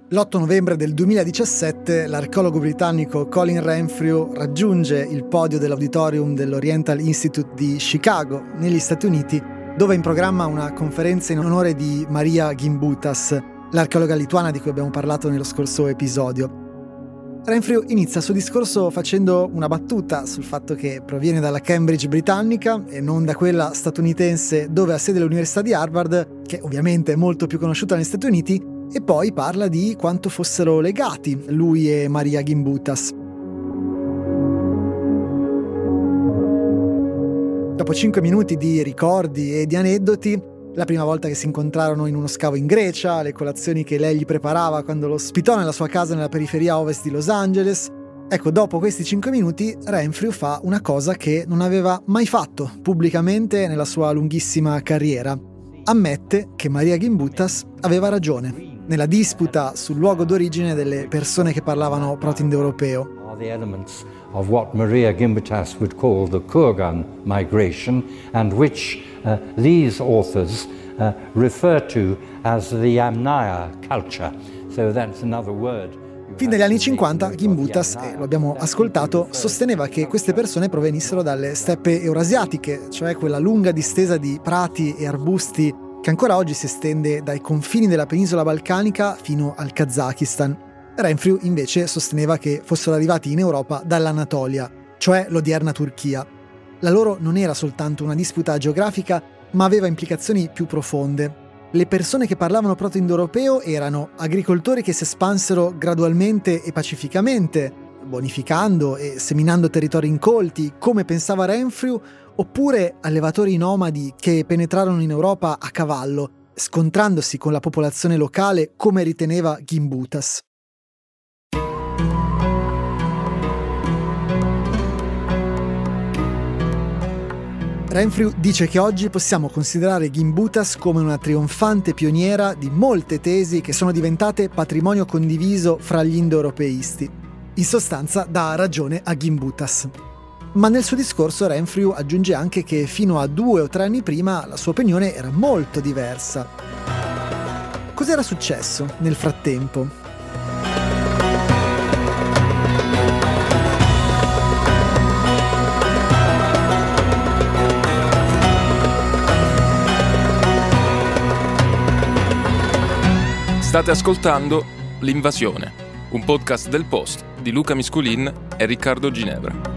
L'8 novembre del 2017 l'archeologo britannico Colin Renfrew raggiunge il podio dell'auditorium dell'Oriental Institute di Chicago, negli Stati Uniti, dove è in programma una conferenza in onore di Marija Gimbutas, l'archeologa lituana di cui abbiamo parlato nello scorso episodio. Renfrew inizia il suo discorso facendo una battuta sul fatto che proviene dalla Cambridge britannica e non da quella statunitense dove ha sede l'Università di Harvard, che ovviamente è molto più conosciuta negli Stati Uniti, e poi parla di quanto fossero legati lui e Marija Gimbutas. Dopo 5 minuti di ricordi e di aneddoti, la prima volta che si incontrarono in uno scavo in Grecia, le colazioni che lei gli preparava quando lo ospitò nella sua casa nella periferia ovest di Los Angeles. Ecco, dopo questi 5 minuti Renfrew fa una cosa che non aveva mai fatto pubblicamente nella sua lunghissima carriera. Ammette che Marija Gimbutas aveva ragione nella disputa sul luogo d'origine delle persone che parlavano proto-indoeuropeo. The elements of what Marija Gimbutas would call the Kurgan migration, and which these authors refer to as the Yamnaya culture. So that's another word. Fin dagli anni 50 Gimbutas, e lo abbiamo ascoltato, sosteneva che queste persone provenissero dalle steppe eurasiatiche, cioè quella lunga distesa di prati e arbusti che ancora oggi si estende dai confini della penisola balcanica fino al Kazakistan. Renfrew invece sosteneva che fossero arrivati in Europa dall'Anatolia, cioè l'odierna Turchia. La loro non era soltanto una disputa geografica, ma aveva implicazioni più profonde. Le persone che parlavano proto-indoeuropeo erano agricoltori che si espansero gradualmente e pacificamente, bonificando e seminando territori incolti, come pensava Renfrew, oppure allevatori nomadi che penetrarono in Europa a cavallo, scontrandosi con la popolazione locale come riteneva Gimbutas. Renfrew dice che oggi possiamo considerare Gimbutas come una trionfante pioniera di molte tesi che sono diventate patrimonio condiviso fra gli indoeuropeisti. In sostanza dà ragione a Gimbutas. Ma nel suo discorso Renfrew aggiunge anche che fino a 2 o 3 anni prima la sua opinione era molto diversa. Cos'era successo nel frattempo? State ascoltando L'Invasione, un podcast del Post di Luca Misculin e Riccardo Ginevra.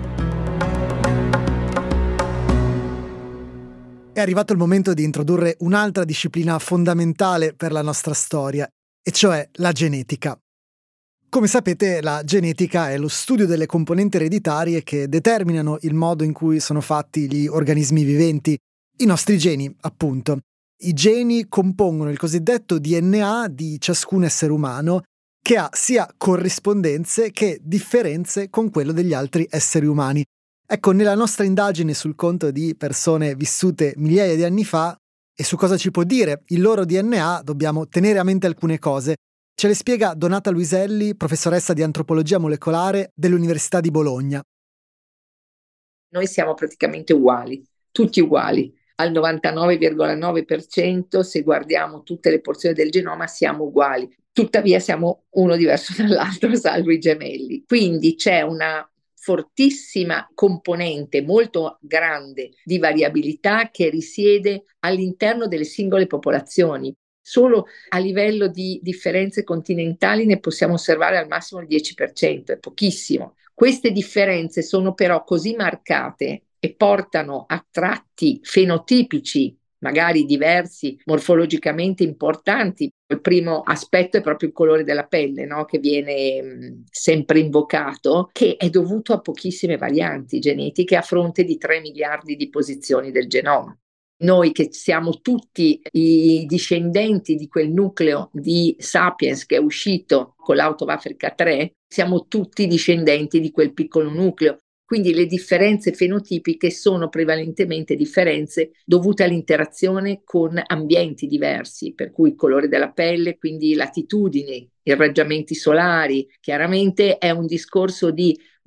È arrivato il momento di introdurre un'altra disciplina fondamentale per la nostra storia, e cioè la genetica. Come sapete, la genetica è lo studio delle componenti ereditarie che determinano il modo in cui sono fatti gli organismi viventi, i nostri geni, appunto. I geni compongono il cosiddetto DNA di ciascun essere umano, che ha sia corrispondenze che differenze con quello degli altri esseri umani. Ecco, nella nostra indagine sul conto di persone vissute migliaia di anni fa e su cosa ci può dire il loro DNA, dobbiamo tenere a mente alcune cose. Ce le spiega Donata Luiselli, professoressa di antropologia molecolare dell'Università di Bologna. Noi siamo praticamente uguali, tutti uguali. Al 99,9%, se guardiamo tutte le porzioni del genoma, siamo uguali. Tuttavia siamo uno diverso dall'altro, salvo i gemelli. Quindi c'è una fortissima componente molto grande di variabilità che risiede all'interno delle singole popolazioni. Solo a livello di differenze continentali ne possiamo osservare al massimo il 10%, è pochissimo. Queste differenze sono però così marcate e portano a tratti fenotipici, magari diversi, morfologicamente importanti. Il primo aspetto è proprio il colore della pelle, no? Che viene sempre invocato, che è dovuto a pochissime varianti genetiche a fronte di 3 miliardi di posizioni del genoma. Noi che siamo tutti i discendenti di quel nucleo di Sapiens che è uscito con l'Out of Africa 3, siamo tutti discendenti di quel piccolo nucleo. Quindi le differenze fenotipiche sono prevalentemente differenze dovute all'interazione con ambienti diversi, per cui il colore della pelle, quindi latitudini, irraggiamenti solari. Chiaramente è un discorso di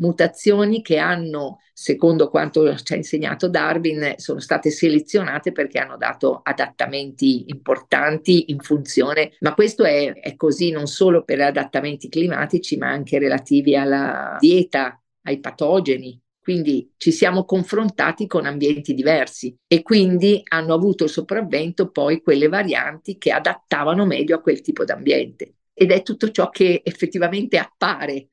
mutazioni che hanno, secondo quanto ci ha insegnato Darwin, sono state selezionate perché hanno dato adattamenti importanti in funzione, ma questo è così non solo per adattamenti climatici, ma anche relativi alla dieta, ai patogeni. Quindi ci siamo confrontati con ambienti diversi e quindi hanno avuto il sopravvento poi quelle varianti che adattavano meglio a quel tipo di ambiente. Ed è tutto ciò che effettivamente appare.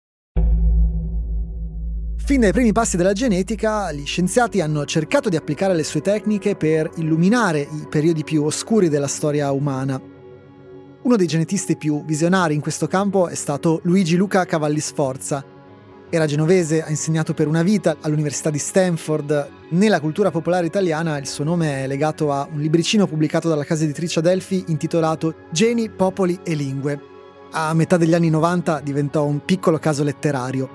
Fin dai primi passi della genetica, gli scienziati hanno cercato di applicare le sue tecniche per illuminare i periodi più oscuri della storia umana. Uno dei genetisti più visionari in questo campo è stato Luigi Luca Cavalli Sforza. Era genovese, ha insegnato per una vita all'Università di Stanford. Nella cultura popolare italiana il suo nome è legato a un libricino pubblicato dalla casa editrice Adelphi intitolato Geni, popoli e lingue. A metà degli anni 90 diventò un piccolo caso letterario.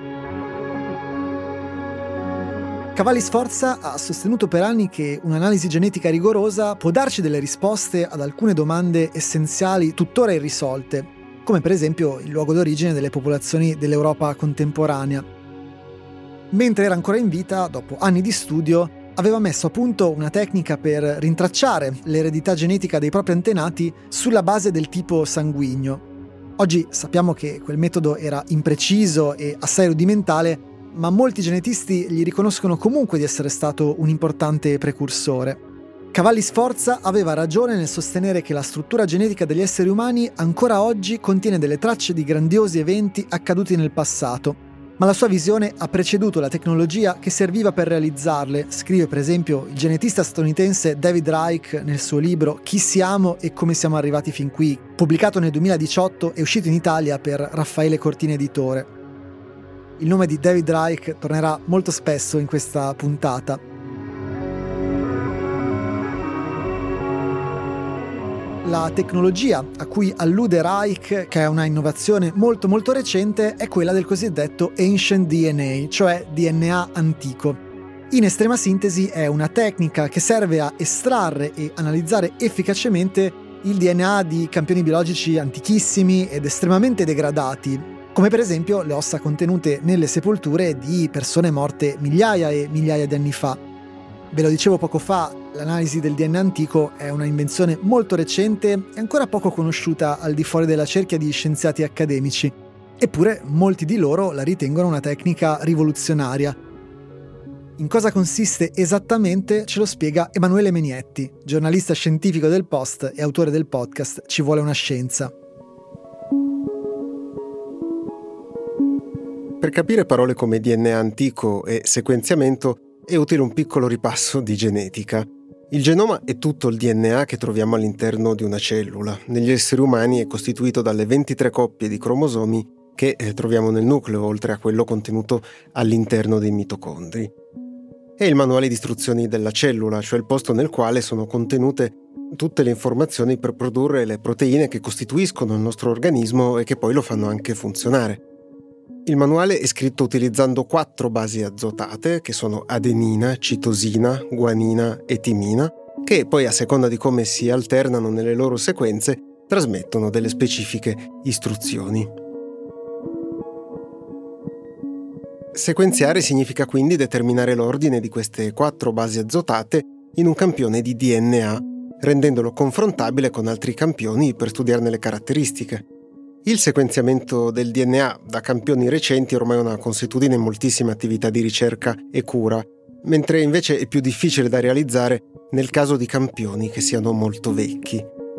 Cavalli Sforza ha sostenuto per anni che un'analisi genetica rigorosa può darci delle risposte ad alcune domande essenziali tuttora irrisolte, come per esempio il luogo d'origine delle popolazioni dell'Europa contemporanea. Mentre era ancora in vita, dopo anni di studio, aveva messo a punto una tecnica per rintracciare l'eredità genetica dei propri antenati sulla base del tipo sanguigno. Oggi sappiamo che quel metodo era impreciso e assai rudimentale, ma molti genetisti gli riconoscono comunque di essere stato un importante precursore. Cavalli Sforza aveva ragione nel sostenere che la struttura genetica degli esseri umani ancora oggi contiene delle tracce di grandiosi eventi accaduti nel passato, ma la sua visione ha preceduto la tecnologia che serviva per realizzarle, scrive per esempio il genetista statunitense David Reich nel suo libro Chi siamo e come siamo arrivati fin qui, pubblicato nel 2018 e uscito in Italia per Raffaele Cortina Editore. Il nome di David Reich tornerà molto spesso in questa puntata. La tecnologia a cui allude Reich, che è una innovazione molto molto recente, è quella del cosiddetto Ancient DNA, cioè DNA antico. In estrema sintesi è una tecnica che serve a estrarre e analizzare efficacemente il DNA di campioni biologici antichissimi ed estremamente degradati, come per esempio le ossa contenute nelle sepolture di persone morte migliaia e migliaia di anni fa. Ve lo dicevo poco fa, l'analisi del DNA antico è una invenzione molto recente e ancora poco conosciuta al di fuori della cerchia di scienziati accademici. Eppure molti di loro la ritengono una tecnica rivoluzionaria. In cosa consiste esattamente ce lo spiega Emanuele Menietti, giornalista scientifico del Post e autore del podcast Ci vuole una scienza. Per capire parole come DNA antico e sequenziamento è utile un piccolo ripasso di genetica. Il genoma è tutto il DNA che troviamo all'interno di una cellula. Negli esseri umani è costituito dalle 23 coppie di cromosomi che troviamo nel nucleo, oltre a quello contenuto all'interno dei mitocondri. È il manuale di istruzioni della cellula, cioè il posto nel quale sono contenute tutte le informazioni per produrre le proteine che costituiscono il nostro organismo e che poi lo fanno anche funzionare. Il manuale è scritto utilizzando 4 basi azotate, che sono adenina, citosina, guanina e timina, che poi a seconda di come si alternano nelle loro sequenze trasmettono delle specifiche istruzioni. Sequenziare significa quindi determinare l'ordine di queste 4 basi azotate in un campione di DNA, rendendolo confrontabile con altri campioni per studiarne le caratteristiche. Il sequenziamento del DNA da campioni recenti è ormai una consuetudine in moltissime attività di ricerca e cura, mentre invece è più difficile da realizzare nel caso di campioni che siano molto vecchi.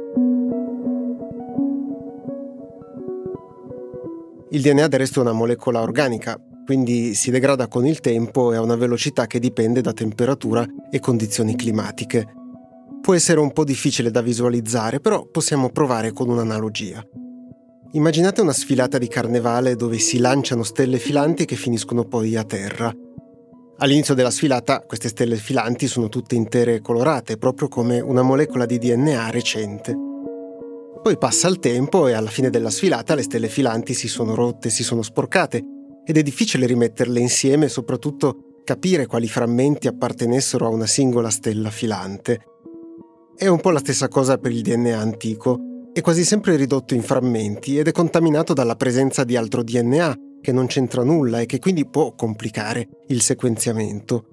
Il DNA del resto è una molecola organica, quindi si degrada con il tempo e a una velocità che dipende da temperatura e condizioni climatiche. Può essere un po' difficile da visualizzare, però possiamo provare con un'analogia. Immaginate una sfilata di carnevale dove si lanciano stelle filanti che finiscono poi a terra. All'inizio della sfilata queste stelle filanti sono tutte intere e colorate, proprio come una molecola di DNA recente. Poi passa il tempo e alla fine della sfilata le stelle filanti si sono rotte, si sono sporcate ed è difficile rimetterle insieme e soprattutto capire quali frammenti appartenessero a una singola stella filante. È un po' la stessa cosa per il DNA antico. È quasi sempre ridotto in frammenti ed è contaminato dalla presenza di altro DNA che non c'entra nulla e che quindi può complicare il sequenziamento.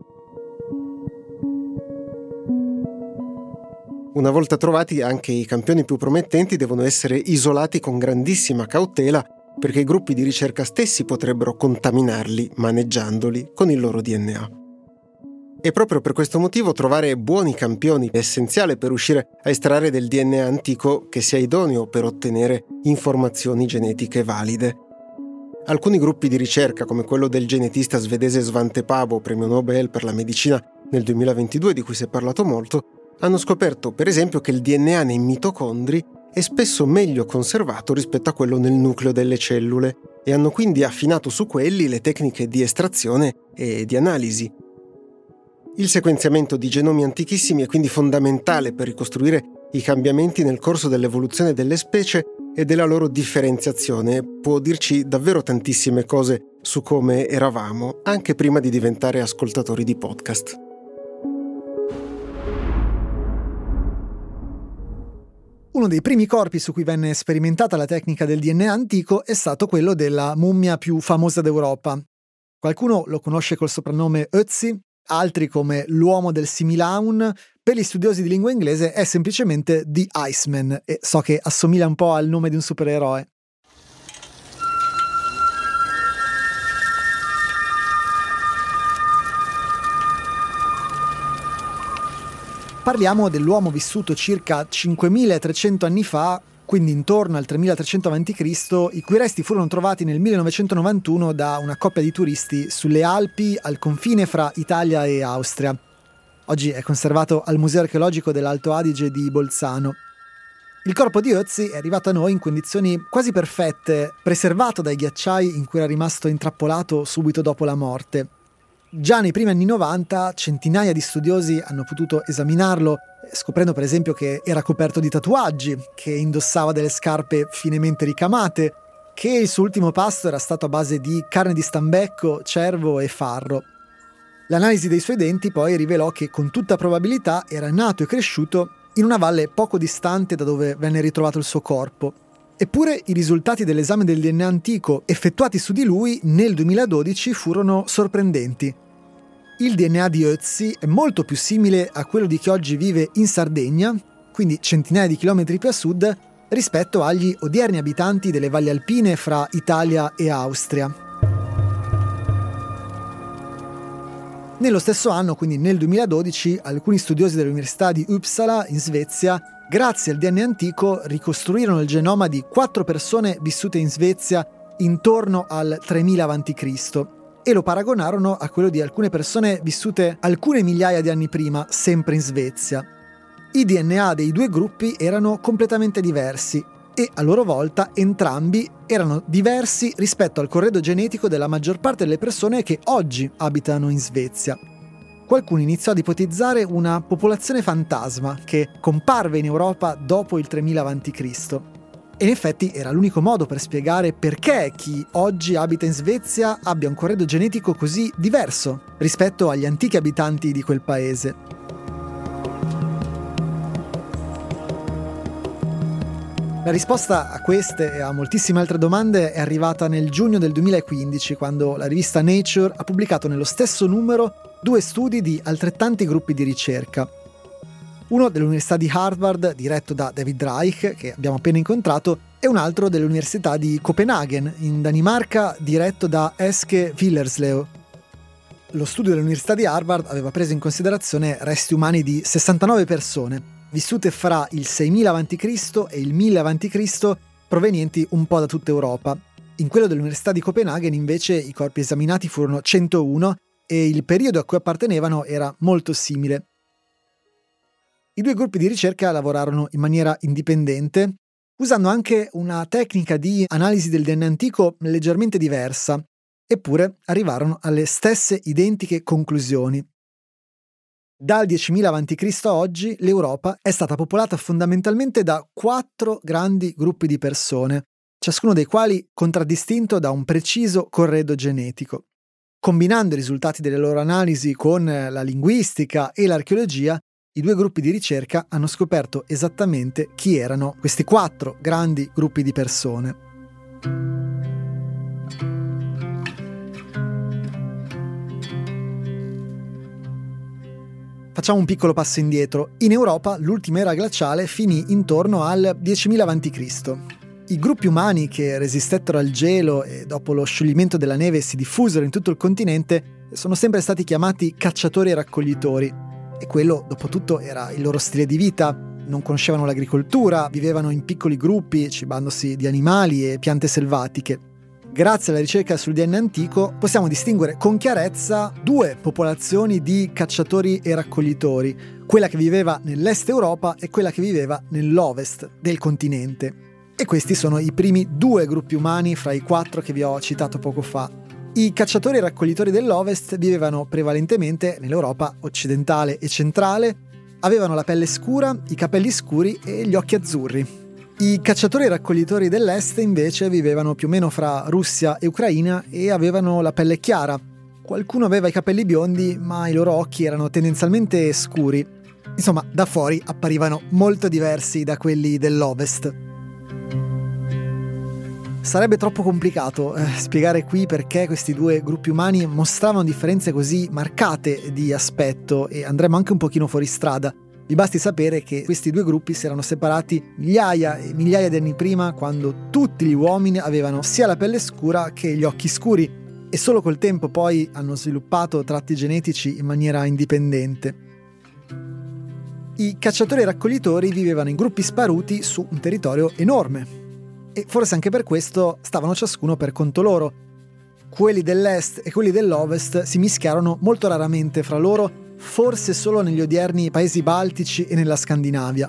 Una volta trovati, anche i campioni più promettenti devono essere isolati con grandissima cautela, perché i gruppi di ricerca stessi potrebbero contaminarli maneggiandoli con il loro DNA. E proprio per questo motivo trovare buoni campioni è essenziale per riuscire a estrarre del DNA antico che sia idoneo per ottenere informazioni genetiche valide. Alcuni gruppi di ricerca, come quello del genetista svedese Svante Pääbo, premio Nobel per la medicina nel 2022, di cui si è parlato molto, hanno scoperto per esempio che il DNA nei mitocondri è spesso meglio conservato rispetto a quello nel nucleo delle cellule e hanno quindi affinato su quelli le tecniche di estrazione e di analisi. Il sequenziamento di genomi antichissimi è quindi fondamentale per ricostruire i cambiamenti nel corso dell'evoluzione delle specie e della loro differenziazione. Può dirci davvero tantissime cose su come eravamo, anche prima di diventare ascoltatori di podcast. Uno dei primi corpi su cui venne sperimentata la tecnica del DNA antico è stato quello della mummia più famosa d'Europa. Qualcuno lo conosce col soprannome Ötzi, altri come l'uomo del Similaun. Per gli studiosi di lingua inglese è semplicemente The Iceman, e so che assomiglia un po' al nome di un supereroe. Parliamo dell'uomo vissuto circa 5300 anni fa, quindi intorno al 3300 a.C., i cui resti furono trovati nel 1991 da una coppia di turisti sulle Alpi al confine fra Italia e Austria. Oggi è conservato al Museo archeologico dell'Alto Adige di Bolzano. Il corpo di Ötzi è arrivato a noi in condizioni quasi perfette, preservato dai ghiacciai in cui era rimasto intrappolato subito dopo la morte. Già nei primi anni 90 centinaia di studiosi hanno potuto esaminarlo, scoprendo per esempio che era coperto di tatuaggi, che indossava delle scarpe finemente ricamate, che il suo ultimo pasto era stato a base di carne di stambecco, cervo e farro. L'analisi dei suoi denti poi rivelò che con tutta probabilità era nato e cresciuto in una valle poco distante da dove venne ritrovato il suo corpo. Eppure i risultati dell'esame del DNA antico effettuati su di lui nel 2012 furono sorprendenti. Il DNA di Ötzi è molto più simile a quello di chi oggi vive in Sardegna, quindi centinaia di chilometri più a sud, rispetto agli odierni abitanti delle valli alpine fra Italia e Austria. Nello stesso anno, quindi nel 2012, alcuni studiosi dell'Università di Uppsala, in Svezia, grazie al DNA antico, ricostruirono il genoma di 4 persone vissute in Svezia intorno al 3000 a.C. e lo paragonarono a quello di alcune persone vissute alcune migliaia di anni prima, sempre in Svezia. I DNA dei due gruppi erano completamente diversi e, a loro volta, entrambi erano diversi rispetto al corredo genetico della maggior parte delle persone che oggi abitano in Svezia. Qualcuno iniziò ad ipotizzare una popolazione fantasma che comparve in Europa dopo il 3000 a.C. E in effetti era l'unico modo per spiegare perché chi oggi abita in Svezia abbia un corredo genetico così diverso rispetto agli antichi abitanti di quel paese. La risposta a queste e a moltissime altre domande è arrivata nel giugno del 2015, quando la rivista Nature ha pubblicato nello stesso numero 2 studi di altrettanti gruppi di ricerca. Uno dell'Università di Harvard, diretto da David Reich, che abbiamo appena incontrato, e un altro dell'Università di Copenaghen, in Danimarca, diretto da Eske Willerslev. Lo studio dell'Università di Harvard aveva preso in considerazione resti umani di 69 persone, vissute fra il 6000 a.C. e il 1000 a.C., provenienti un po' da tutta Europa. In quello dell'Università di Copenaghen, invece, i corpi esaminati furono 101 e il periodo a cui appartenevano era molto simile. I 2 gruppi di ricerca lavorarono in maniera indipendente, usando anche una tecnica di analisi del DNA antico leggermente diversa, eppure arrivarono alle stesse identiche conclusioni. Dal 10.000 a.C. a oggi, l'Europa è stata popolata fondamentalmente da 4 grandi gruppi di persone, ciascuno dei quali contraddistinto da un preciso corredo genetico. Combinando i risultati delle loro analisi con la linguistica e l'archeologia, i 2 gruppi di ricerca hanno scoperto esattamente chi erano questi 4 grandi gruppi di persone. Facciamo un piccolo passo indietro. In Europa l'ultima era glaciale finì intorno al 10.000 a.C. I gruppi umani che resistettero al gelo e dopo lo scioglimento della neve si diffusero in tutto il continente sono sempre stati chiamati cacciatori e raccoglitori. E quello, dopo tutto, era il loro stile di vita. Non conoscevano l'agricoltura, vivevano in piccoli gruppi, cibandosi di animali e piante selvatiche. Grazie alla ricerca sul DNA antico possiamo distinguere con chiarezza due popolazioni di cacciatori e raccoglitori, quella che viveva nell'est Europa e quella che viveva nell'ovest del continente. E questi sono i primi due gruppi umani fra i 4 che vi ho citato poco fa. I cacciatori e raccoglitori dell'Ovest vivevano prevalentemente nell'Europa occidentale e centrale, avevano la pelle scura, i capelli scuri e gli occhi azzurri. I cacciatori e raccoglitori dell'Est invece vivevano più o meno fra Russia e Ucraina e avevano la pelle chiara. Qualcuno aveva i capelli biondi, ma i loro occhi erano tendenzialmente scuri. Insomma, da fuori apparivano molto diversi da quelli dell'Ovest. Sarebbe troppo complicato spiegare qui perché questi due gruppi umani mostravano differenze così marcate di aspetto e andremo anche un pochino fuori strada. Vi basti sapere che questi due gruppi si erano separati migliaia e migliaia di anni prima, quando tutti gli uomini avevano sia la pelle scura che gli occhi scuri e solo col tempo poi hanno sviluppato tratti genetici in maniera indipendente. I cacciatori e raccoglitori vivevano in gruppi sparuti su un territorio enorme. E forse anche per questo stavano ciascuno per conto loro. Quelli dell'est e quelli dell'ovest si mischiarono molto raramente fra loro, forse solo negli odierni paesi baltici e nella Scandinavia.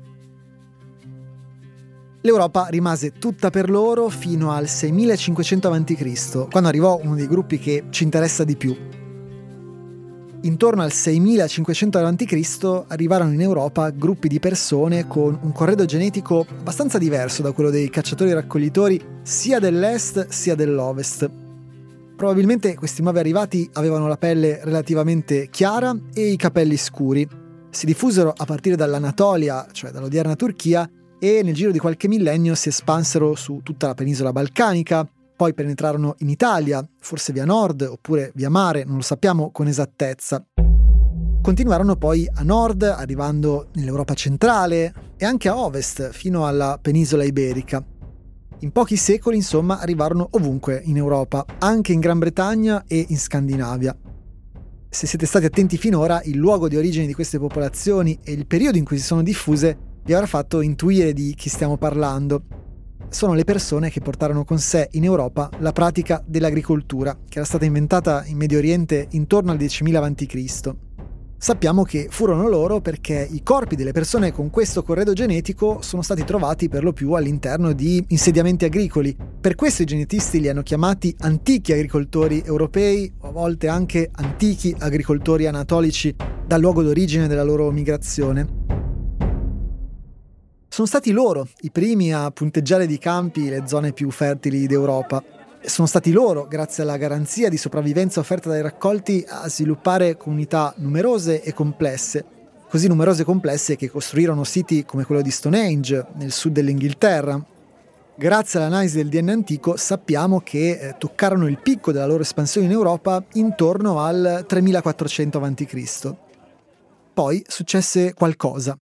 L'Europa rimase tutta per loro fino al 6500 a.C., quando arrivò uno dei gruppi che ci interessa di più. Intorno al 6500 a.C. arrivarono in Europa gruppi di persone con un corredo genetico abbastanza diverso da quello dei cacciatori e raccoglitori sia dell'est sia dell'ovest. Probabilmente questi nuovi arrivati avevano la pelle relativamente chiara e i capelli scuri. Si diffusero a partire dall'Anatolia, cioè dall'odierna Turchia, e nel giro di qualche millennio si espansero su tutta la penisola balcanica. Poi penetrarono in Italia, forse via nord oppure via mare, non lo sappiamo con esattezza. Continuarono poi a nord, arrivando nell'Europa centrale e anche a ovest, fino alla penisola iberica. In pochi secoli, insomma, arrivarono ovunque in Europa, anche in Gran Bretagna e in Scandinavia. Se siete stati attenti finora, il luogo di origine di queste popolazioni e il periodo in cui si sono diffuse vi avrà fatto intuire di chi stiamo parlando. Sono le persone che portarono con sé in Europa la pratica dell'agricoltura, che era stata inventata in Medio Oriente intorno al 10.000 a.C. Sappiamo che furono loro perché i corpi delle persone con questo corredo genetico sono stati trovati per lo più all'interno di insediamenti agricoli. Per questo i genetisti li hanno chiamati antichi agricoltori europei, o a volte anche antichi agricoltori anatolici, dal luogo d'origine della loro migrazione. Sono stati loro i primi a punteggiare di campi le zone più fertili d'Europa. Sono stati loro, grazie alla garanzia di sopravvivenza offerta dai raccolti, a sviluppare comunità numerose e complesse. Così numerose e complesse che costruirono siti come quello di Stonehenge, nel sud dell'Inghilterra. Grazie all'analisi del DNA antico sappiamo che toccarono il picco della loro espansione in Europa intorno al 3400 a.C. Poi successe qualcosa.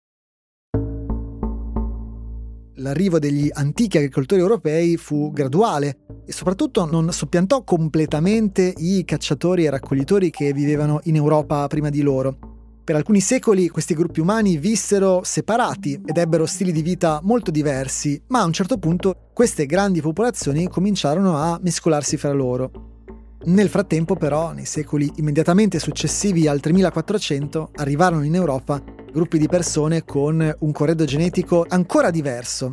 L'arrivo degli antichi agricoltori europei fu graduale e soprattutto non soppiantò completamente i cacciatori e raccoglitori che vivevano in Europa prima di loro. Per alcuni secoli questi gruppi umani vissero separati ed ebbero stili di vita molto diversi, ma a un certo punto queste grandi popolazioni cominciarono a mescolarsi fra loro. Nel frattempo però, nei secoli immediatamente successivi al 3400, arrivarono in Europa gruppi di persone con un corredo genetico ancora diverso.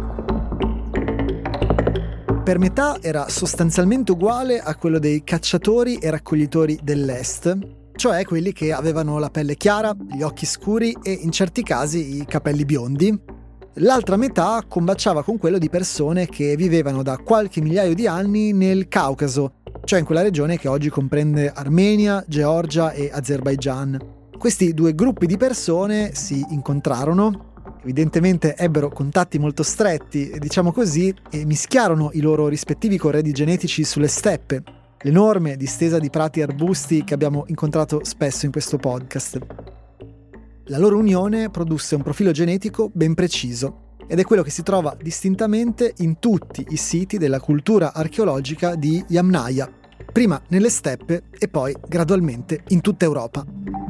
Per metà era sostanzialmente uguale a quello dei cacciatori e raccoglitori dell'est, cioè quelli che avevano la pelle chiara, gli occhi scuri e in certi casi i capelli biondi. L'altra metà combaciava con quello di persone che vivevano da qualche migliaio di anni nel Caucaso, cioè in quella regione che oggi comprende Armenia, Georgia e Azerbaigian. Questi due gruppi di persone si incontrarono, evidentemente ebbero contatti molto stretti, diciamo così, e mischiarono i loro rispettivi corredi genetici sulle steppe. l'enorme distesa di prati e arbusti che abbiamo incontrato spesso in questo podcast. La loro unione produsse un profilo genetico ben preciso ed è quello che si trova distintamente in tutti i siti della cultura archeologica di Yamnaya, prima nelle steppe e poi gradualmente in tutta Europa.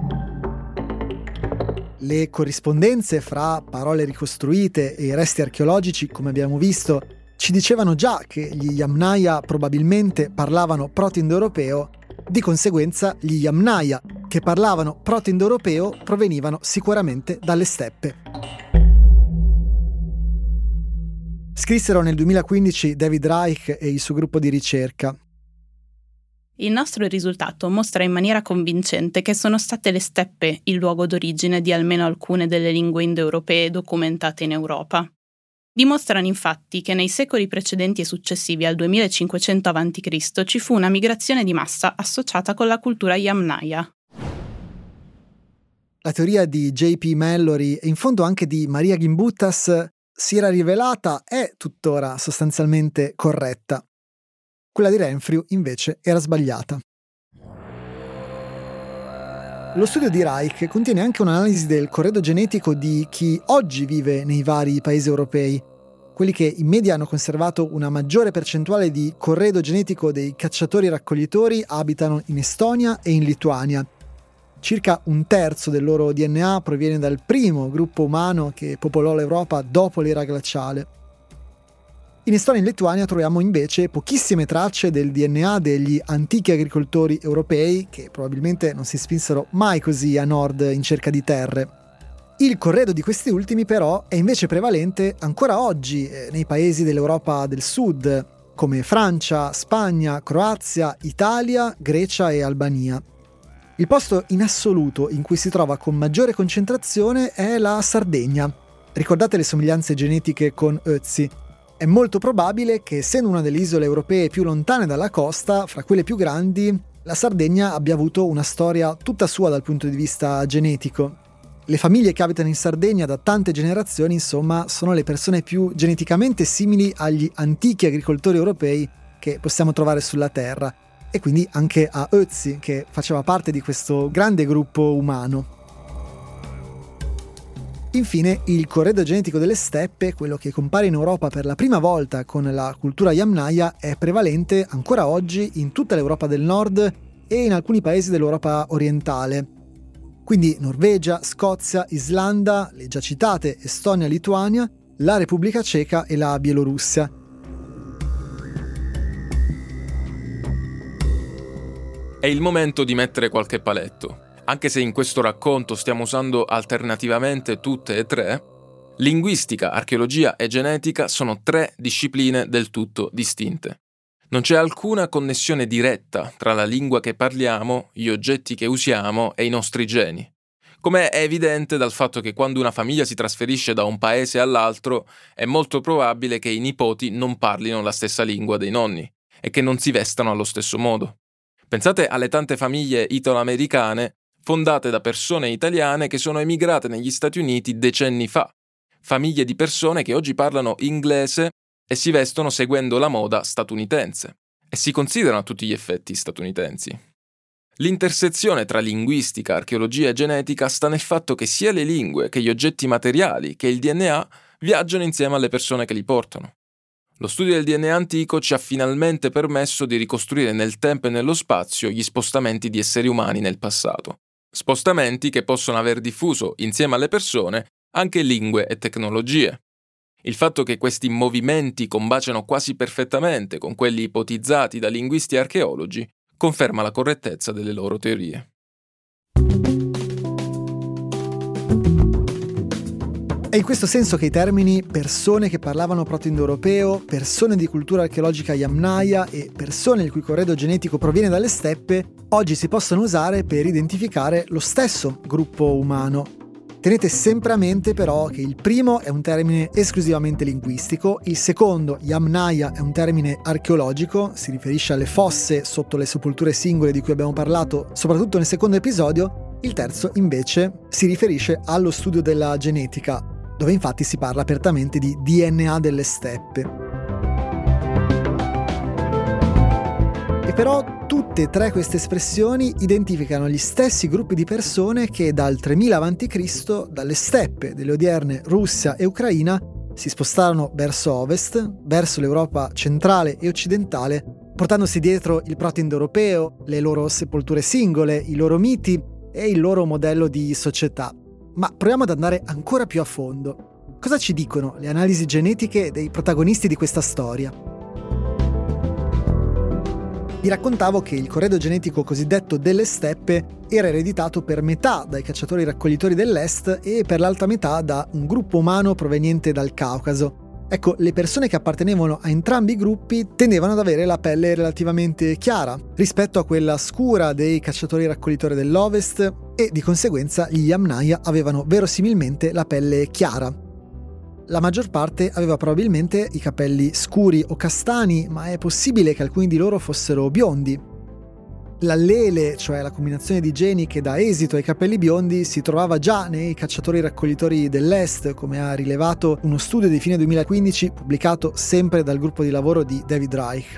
Le corrispondenze fra parole ricostruite e resti archeologici, come abbiamo visto, ci dicevano già che gli Yamnaya probabilmente parlavano proto-indoeuropeo, di conseguenza gli Yamnaya che parlavano proto-indoeuropeo provenivano sicuramente dalle steppe. Scrissero nel 2015 David Reich e il suo gruppo di ricerca. Il nostro risultato mostra in maniera convincente che sono state le steppe il luogo d'origine di almeno alcune delle lingue indoeuropee documentate in Europa. Dimostrano infatti che nei secoli precedenti e successivi al 2500 a.C. ci fu una migrazione di massa associata con la cultura Yamnaya. La teoria di J.P. Mallory e in fondo anche di Maria Gimbutas si era rivelata è tuttora sostanzialmente corretta. Quella di Renfrew invece era sbagliata. Lo studio di Reich contiene anche un'analisi del corredo genetico di chi oggi vive nei vari paesi europei, quelli che in media hanno conservato una maggiore percentuale di corredo genetico dei cacciatori e raccoglitori abitano in Estonia e in Lituania. Circa un terzo del loro DNA proviene dal primo gruppo umano che popolò l'Europa dopo l'era glaciale. In Estonia e in Lituania troviamo invece pochissime tracce del DNA degli antichi agricoltori europei che probabilmente non si spinsero mai così a nord in cerca di terre. Il corredo di questi ultimi però è invece prevalente ancora oggi nei paesi dell'Europa del Sud come Francia, Spagna, Croazia, Italia, Grecia e Albania. Il posto in assoluto in cui si trova con maggiore concentrazione è la Sardegna. Ricordate le somiglianze genetiche con Ötzi? È molto probabile che, essendo una delle isole europee più lontane dalla costa, fra quelle più grandi, la Sardegna abbia avuto una storia tutta sua dal punto di vista genetico. Le famiglie che abitano in Sardegna da tante generazioni, insomma, sono le persone più geneticamente simili agli antichi agricoltori europei che possiamo trovare sulla Terra, e quindi anche a Ötzi, che faceva parte di questo grande gruppo umano. Infine, il corredo genetico delle steppe, quello che compare in Europa per la prima volta con la cultura Yamnaya, è prevalente ancora oggi in tutta l'Europa del Nord e in alcuni paesi dell'Europa orientale. Quindi Norvegia, Scozia, Islanda, le già citate Estonia, Lituania, la Repubblica Ceca e la Bielorussia. È il momento di mettere qualche paletto. Anche se in questo racconto stiamo usando alternativamente tutte e tre, linguistica, archeologia e genetica sono tre discipline del tutto distinte. Non c'è alcuna connessione diretta tra la lingua che parliamo, gli oggetti che usiamo e i nostri geni. Come è evidente dal fatto che quando una famiglia si trasferisce da un paese all'altro, è molto probabile che i nipoti non parlino la stessa lingua dei nonni e che non si vestano allo stesso modo. Pensate alle tante famiglie italo-americane fondate da persone italiane che sono emigrate negli Stati Uniti decenni fa, famiglie di persone che oggi parlano inglese e si vestono seguendo la moda statunitense e si considerano a tutti gli effetti statunitensi. L'intersezione tra linguistica, archeologia e genetica sta nel fatto che sia le lingue che gli oggetti materiali che il DNA viaggiano insieme alle persone che li portano. Lo studio del DNA antico ci ha finalmente permesso di ricostruire nel tempo e nello spazio gli spostamenti di esseri umani nel passato. Spostamenti che possono aver diffuso, insieme alle persone, anche lingue e tecnologie. Il fatto che questi movimenti combaciano quasi perfettamente con quelli ipotizzati da linguisti e archeologi conferma la correttezza delle loro teorie. È in questo senso che i termini persone che parlavano proto-indoeuropeo, persone di cultura archeologica Yamnaya e persone il cui corredo genetico proviene dalle steppe oggi si possono usare per identificare lo stesso gruppo umano. Tenete sempre a mente però che il primo è un termine esclusivamente linguistico, il secondo, Yamnaya, è un termine archeologico, si riferisce alle fosse sotto le sepolture singole di cui abbiamo parlato soprattutto nel secondo episodio, il terzo invece si riferisce allo studio della genetica, dove infatti si parla apertamente di DNA delle steppe. E però tutte e tre queste espressioni identificano gli stessi gruppi di persone che dal 3000 a.C., dalle steppe delle odierne Russia e Ucraina, si spostarono verso ovest, verso l'Europa centrale e occidentale, portandosi dietro il proto-indoeuropeo, le loro sepolture singole, i loro miti e il loro modello di società. Ma proviamo ad andare ancora più a fondo. Cosa ci dicono le analisi genetiche dei protagonisti di questa storia? Vi raccontavo che il corredo genetico cosiddetto delle steppe era ereditato per metà dai cacciatori-raccoglitori dell'est e per l'altra metà da un gruppo umano proveniente dal Caucaso. Ecco, le persone che appartenevano a entrambi i gruppi tendevano ad avere la pelle relativamente chiara rispetto a quella scura dei cacciatori-raccoglitori dell'ovest e di conseguenza gli Yamnaya avevano verosimilmente la pelle chiara. La maggior parte aveva probabilmente i capelli scuri o castani, ma è possibile che alcuni di loro fossero biondi. L'allele, cioè la combinazione di geni che dà esito ai capelli biondi, si trovava già nei cacciatori-raccoglitori dell'Est, come ha rilevato uno studio di fine 2015 pubblicato sempre dal gruppo di lavoro di David Reich.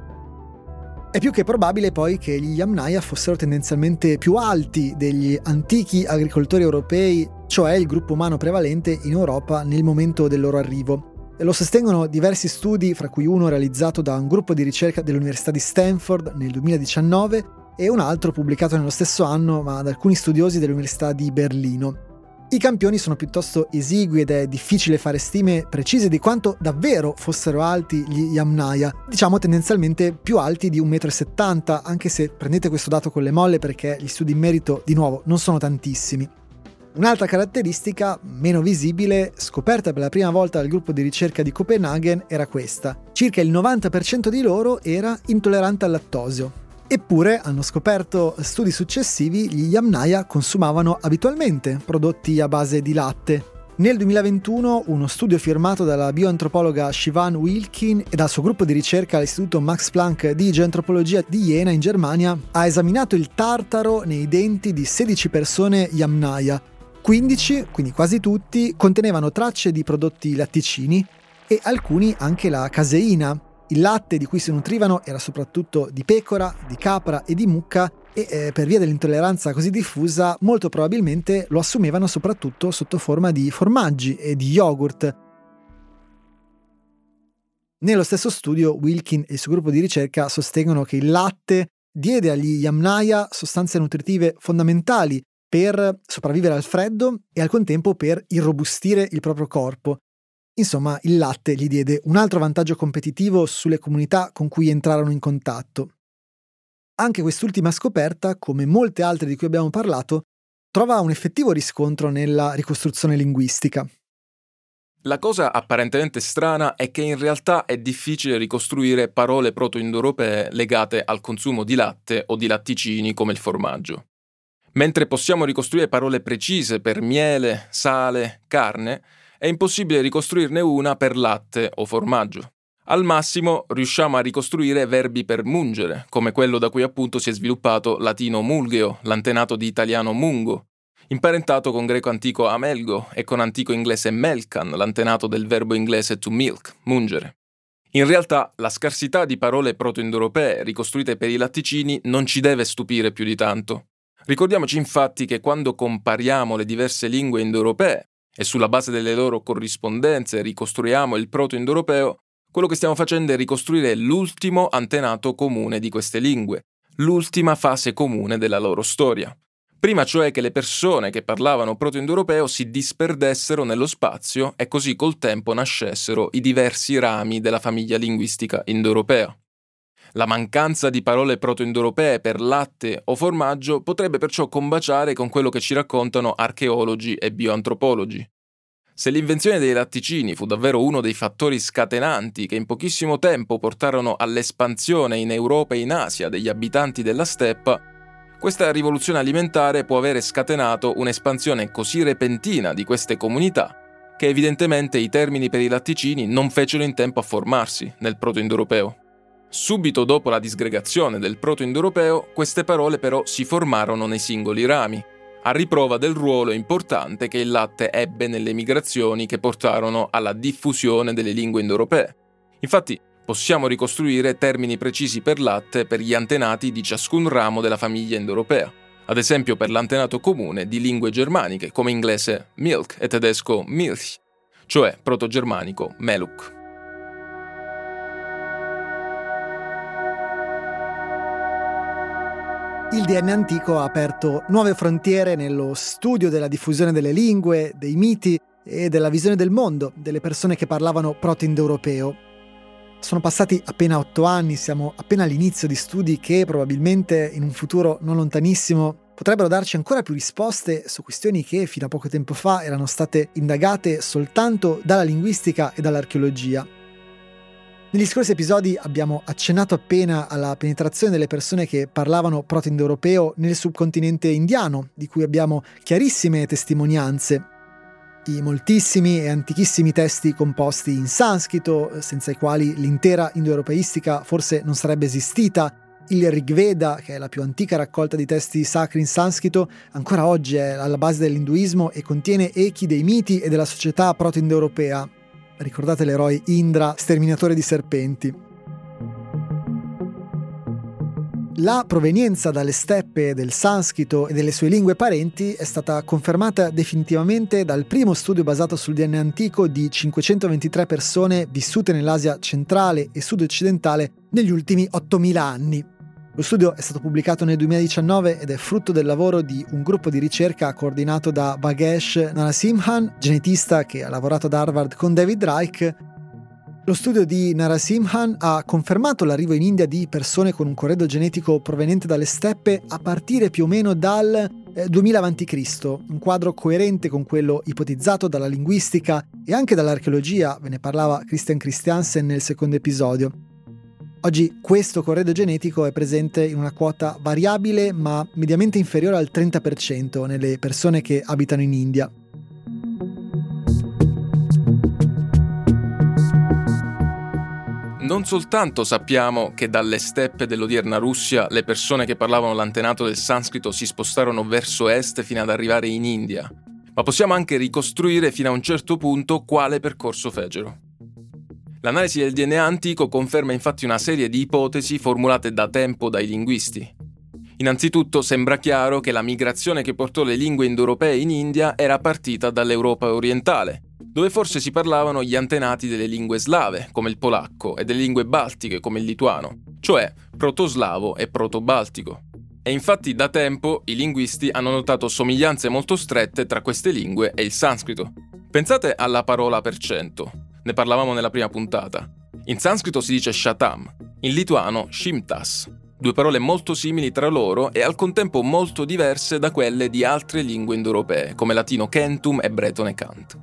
È più che probabile poi che gli Yamnaya fossero tendenzialmente più alti degli antichi agricoltori europei, cioè il gruppo umano prevalente in Europa nel momento del loro arrivo. Lo sostengono diversi studi, fra cui uno realizzato da un gruppo di ricerca dell'Università di Stanford nel 2019 e un altro pubblicato nello stesso anno ma da alcuni studiosi dell'Università di Berlino. I campioni sono piuttosto esigui ed è difficile fare stime precise di quanto davvero fossero alti gli Yamnaya, diciamo tendenzialmente più alti di 1,70 m, anche se prendete questo dato con le molle perché gli studi in merito, di nuovo, non sono tantissimi. Un'altra caratteristica, meno visibile, scoperta per la prima volta dal gruppo di ricerca di Copenaghen, era questa. Circa il 90% di loro era intollerante al lattosio. Eppure, hanno scoperto studi successivi, gli Yamnaya consumavano abitualmente prodotti a base di latte. Nel 2021 uno studio firmato dalla bioantropologa Sivan Wilkin e dal suo gruppo di ricerca all'Istituto Max Planck di Geantropologia di Jena in Germania ha esaminato il tartaro nei denti di 16 persone Yamnaya. 15, quindi quasi tutti, contenevano tracce di prodotti latticini e alcuni anche la caseina. Il latte di cui si nutrivano era soprattutto di pecora, di capra e di mucca e per via dell'intolleranza così diffusa molto probabilmente lo assumevano soprattutto sotto forma di formaggi e di yogurt. Nello stesso studio Wilkin e il suo gruppo di ricerca sostengono che il latte diede agli Yamnaya sostanze nutritive fondamentali per sopravvivere al freddo e al contempo per irrobustire il proprio corpo. Insomma, il latte gli diede un altro vantaggio competitivo sulle comunità con cui entrarono in contatto. Anche quest'ultima scoperta, come molte altre di cui abbiamo parlato, trova un effettivo riscontro nella ricostruzione linguistica. La cosa apparentemente strana è che in realtà è difficile ricostruire parole proto-indoeuropee legate al consumo di latte o di latticini come il formaggio. Mentre possiamo ricostruire parole precise per miele, sale, carne, è impossibile ricostruirne una per latte o formaggio. Al massimo riusciamo a ricostruire verbi per mungere, come quello da cui appunto si è sviluppato latino mulgeo, l'antenato di italiano mungo, imparentato con greco antico amelgo e con antico inglese melkan, l'antenato del verbo inglese to milk, mungere. In realtà la scarsità di parole proto-indoeuropee ricostruite per i latticini non ci deve stupire più di tanto. Ricordiamoci infatti che quando compariamo le diverse lingue indoeuropee e sulla base delle loro corrispondenze ricostruiamo il proto-indoeuropeo, quello che stiamo facendo è ricostruire l'ultimo antenato comune di queste lingue, l'ultima fase comune della loro storia. Prima cioè che le persone che parlavano proto-indoeuropeo si disperdessero nello spazio e così col tempo nascessero i diversi rami della famiglia linguistica indoeuropea. La mancanza di parole proto-indoeuropee per latte o formaggio potrebbe perciò combaciare con quello che ci raccontano archeologi e bioantropologi. Se l'invenzione dei latticini fu davvero uno dei fattori scatenanti che in pochissimo tempo portarono all'espansione in Europa e in Asia degli abitanti della steppa, questa rivoluzione alimentare può avere scatenato un'espansione così repentina di queste comunità che evidentemente i termini per i latticini non fecero in tempo a formarsi nel proto-indoeuropeo. Subito dopo la disgregazione del proto-indoeuropeo, queste parole però si formarono nei singoli rami, a riprova del ruolo importante che il latte ebbe nelle migrazioni che portarono alla diffusione delle lingue indoeuropee. Infatti, Possiamo ricostruire termini precisi per latte per gli antenati di ciascun ramo della famiglia indoeuropea, ad esempio per l'antenato comune di lingue germaniche come inglese milk e tedesco Milch, cioè proto-germanico Meluk. Il DNA antico ha aperto nuove frontiere nello studio della diffusione delle lingue, dei miti e della visione del mondo delle persone che parlavano proto-indoeuropeo. Sono passati appena 8 anni, siamo appena all'inizio di studi che probabilmente in un futuro non lontanissimo potrebbero darci ancora più risposte su questioni che fino a poco tempo fa erano state indagate soltanto dalla linguistica e dall'archeologia. Negli scorsi episodi abbiamo accennato appena alla penetrazione delle persone che parlavano proto-indoeuropeo nel subcontinente indiano, di cui abbiamo chiarissime testimonianze. I moltissimi e antichissimi testi composti in sanscrito, senza i quali l'intera indoeuropeistica forse non sarebbe esistita. Il Rig Veda, che è la più antica raccolta di testi sacri in sanscrito, ancora oggi è alla base dell'induismo e contiene echi dei miti e della società proto-indoeuropea. Ricordate l'eroe Indra, sterminatore di serpenti. La provenienza dalle steppe del sanscrito e delle sue lingue parenti è stata confermata definitivamente dal primo studio basato sul DNA antico di 523 persone vissute nell'Asia centrale e sud-occidentale negli ultimi 8000 anni. Lo studio è stato pubblicato nel 2019 ed è frutto del lavoro di un gruppo di ricerca coordinato da Bhagesh Narasimhan, genetista che ha lavorato ad Harvard con David Reich. Lo studio di Narasimhan ha confermato l'arrivo in India di persone con un corredo genetico proveniente dalle steppe a partire più o meno dal 2000 a.C., un quadro coerente con quello ipotizzato dalla linguistica e anche dall'archeologia, ve ne parlava Christian Christiansen nel secondo episodio. Oggi questo corredo genetico è presente in una quota variabile ma mediamente inferiore al 30% nelle persone che abitano in India. Non soltanto sappiamo che dalle steppe dell'odierna Russia le persone che parlavano l'antenato del sanscrito si spostarono verso est fino ad arrivare in India, ma possiamo anche ricostruire fino a un certo punto quale percorso fecero. L'analisi del DNA antico conferma infatti una serie di ipotesi formulate da tempo dai linguisti. Innanzitutto sembra chiaro che la migrazione che portò le lingue indoeuropee in India era partita dall'Europa orientale, dove forse si parlavano gli antenati delle lingue slave, come il polacco, e delle lingue baltiche, come il lituano, cioè protoslavo e protobaltico. E infatti da tempo i linguisti hanno notato somiglianze molto strette tra queste lingue e il sanscrito. Pensate alla parola per cento. Ne parlavamo nella prima puntata. In sanscrito si dice shatam, in lituano shimtas, due parole molto simili tra loro e al contempo molto diverse da quelle di altre lingue indoeuropee, come latino centum e bretone cant.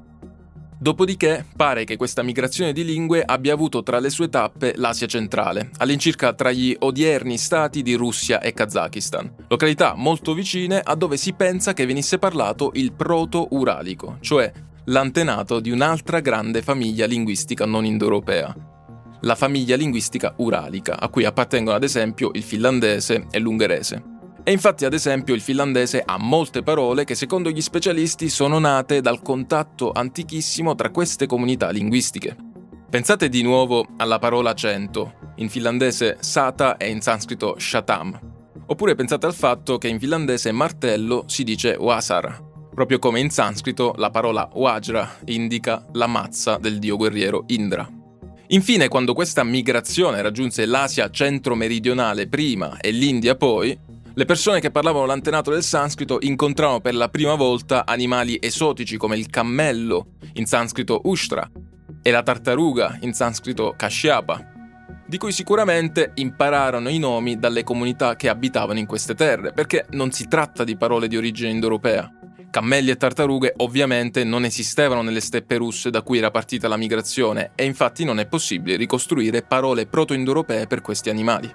Dopodiché pare che questa migrazione di lingue abbia avuto tra le sue tappe l'Asia centrale, all'incirca tra gli odierni stati di Russia e Kazakistan, località molto vicine a dove si pensa che venisse parlato il proto-uralico, cioè l'antenato di un'altra grande famiglia linguistica non indoeuropea, la famiglia linguistica uralica, a cui appartengono ad esempio il finlandese e l'ungherese. E infatti ad esempio il finlandese ha molte parole che secondo gli specialisti sono nate dal contatto antichissimo tra queste comunità linguistiche. Pensate di nuovo alla parola 100, in finlandese sata e in sanscrito shatam. Oppure pensate al fatto che in finlandese martello si dice wasar, proprio come in sanscrito la parola Vajra indica la mazza del dio guerriero Indra. Infine, quando questa migrazione raggiunse l'Asia centro-meridionale prima e l'India poi, le persone che parlavano l'antenato del sanscrito incontrarono per la prima volta animali esotici come il cammello, in sanscrito Ushtra, e la tartaruga, in sanscrito Kashyapa, di cui sicuramente impararono i nomi dalle comunità che abitavano in queste terre, perché non si tratta di parole di origine indoeuropea. Cammelli e tartarughe ovviamente non esistevano nelle steppe russe da cui era partita la migrazione e infatti non è possibile ricostruire parole proto-indoeuropee per questi animali.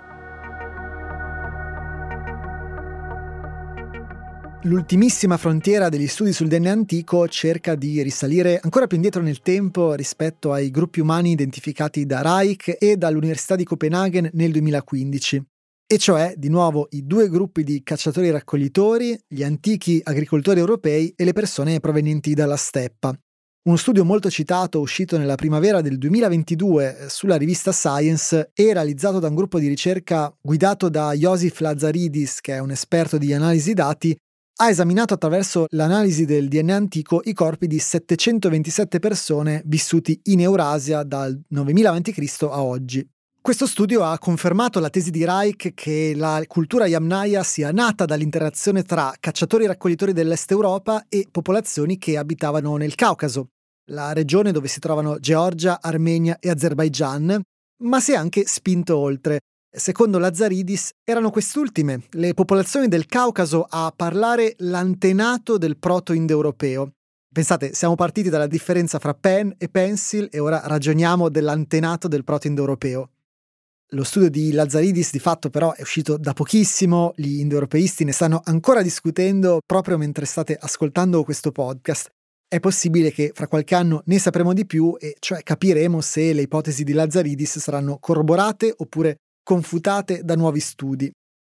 L'ultimissima frontiera degli studi sul DNA antico cerca di risalire ancora più indietro nel tempo rispetto ai gruppi umani identificati da Reich e dall'Università di Copenaghen nel 2015. E cioè, di nuovo, i due gruppi di cacciatori-raccoglitori, gli antichi agricoltori europei e le persone provenienti dalla steppa. Uno studio molto citato, uscito nella primavera del 2022 sulla rivista Science e realizzato da un gruppo di ricerca guidato da Iosif Lazaridis, che è un esperto di analisi dati, ha esaminato attraverso l'analisi del DNA antico i corpi di 727 persone vissuti in Eurasia dal 9000 a.C. a oggi. Questo studio ha confermato la tesi di Reich che la cultura Yamnaya sia nata dall'interazione tra cacciatori e raccoglitori dell'Est Europa e popolazioni che abitavano nel Caucaso, la regione dove si trovano Georgia, Armenia e Azerbaigian, ma si è anche spinto oltre. Secondo Lazaridis, erano quest'ultime, le popolazioni del Caucaso, a parlare l'antenato del proto-indoeuropeo. Pensate, siamo partiti dalla differenza fra pen e pencil e ora ragioniamo dell'antenato del proto-indoeuropeo. Lo studio di Lazaridis di fatto però è uscito da pochissimo, gli indoeuropeisti ne stanno ancora discutendo proprio mentre state ascoltando questo podcast. È possibile che fra qualche anno ne sapremo di più e cioè capiremo se le ipotesi di Lazaridis saranno corroborate oppure confutate da nuovi studi.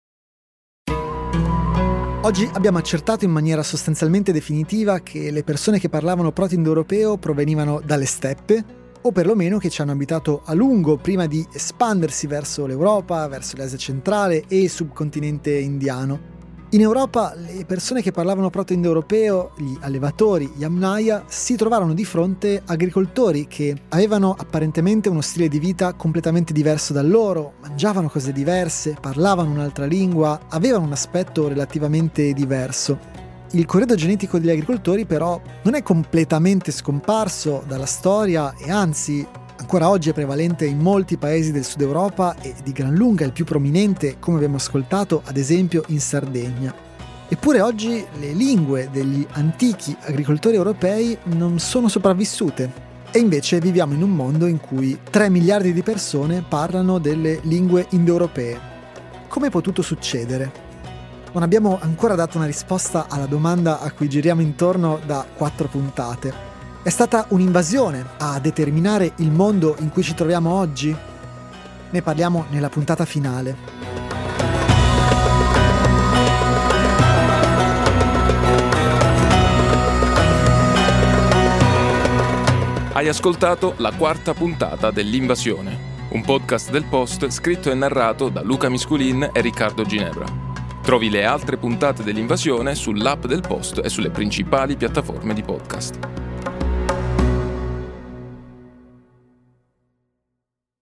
Oggi abbiamo accertato in maniera sostanzialmente definitiva che le persone che parlavano proto-indoeuropeo provenivano dalle steppe, o perlomeno che ci hanno abitato a lungo prima di espandersi verso l'Europa, verso l'Asia centrale e il subcontinente indiano. In Europa le persone che parlavano proto-indoeuropeo, gli allevatori Yamnaya, si trovarono di fronte agricoltori che avevano apparentemente uno stile di vita completamente diverso dal loro, mangiavano cose diverse, parlavano un'altra lingua, avevano un aspetto relativamente diverso. Il corredo genetico degli agricoltori però non è completamente scomparso dalla storia e anzi ancora oggi è prevalente in molti paesi del sud Europa e di gran lunga il più prominente, come abbiamo ascoltato, ad esempio in Sardegna. Eppure oggi le lingue degli antichi agricoltori europei non sono sopravvissute e invece viviamo in un mondo in cui 3 miliardi di persone parlano delle lingue indoeuropee. Come è potuto succedere? Non abbiamo ancora dato una risposta alla domanda a cui giriamo intorno da 4 puntate. È stata un'invasione a determinare il mondo in cui ci troviamo oggi? Ne parliamo nella puntata finale. Hai ascoltato la 4ª puntata dell'Invasione, un podcast del Post scritto e narrato da Luca Misculin e Riccardo Ginevra. Trovi le altre puntate dell'Invasione sull'app del Post e sulle principali piattaforme di podcast.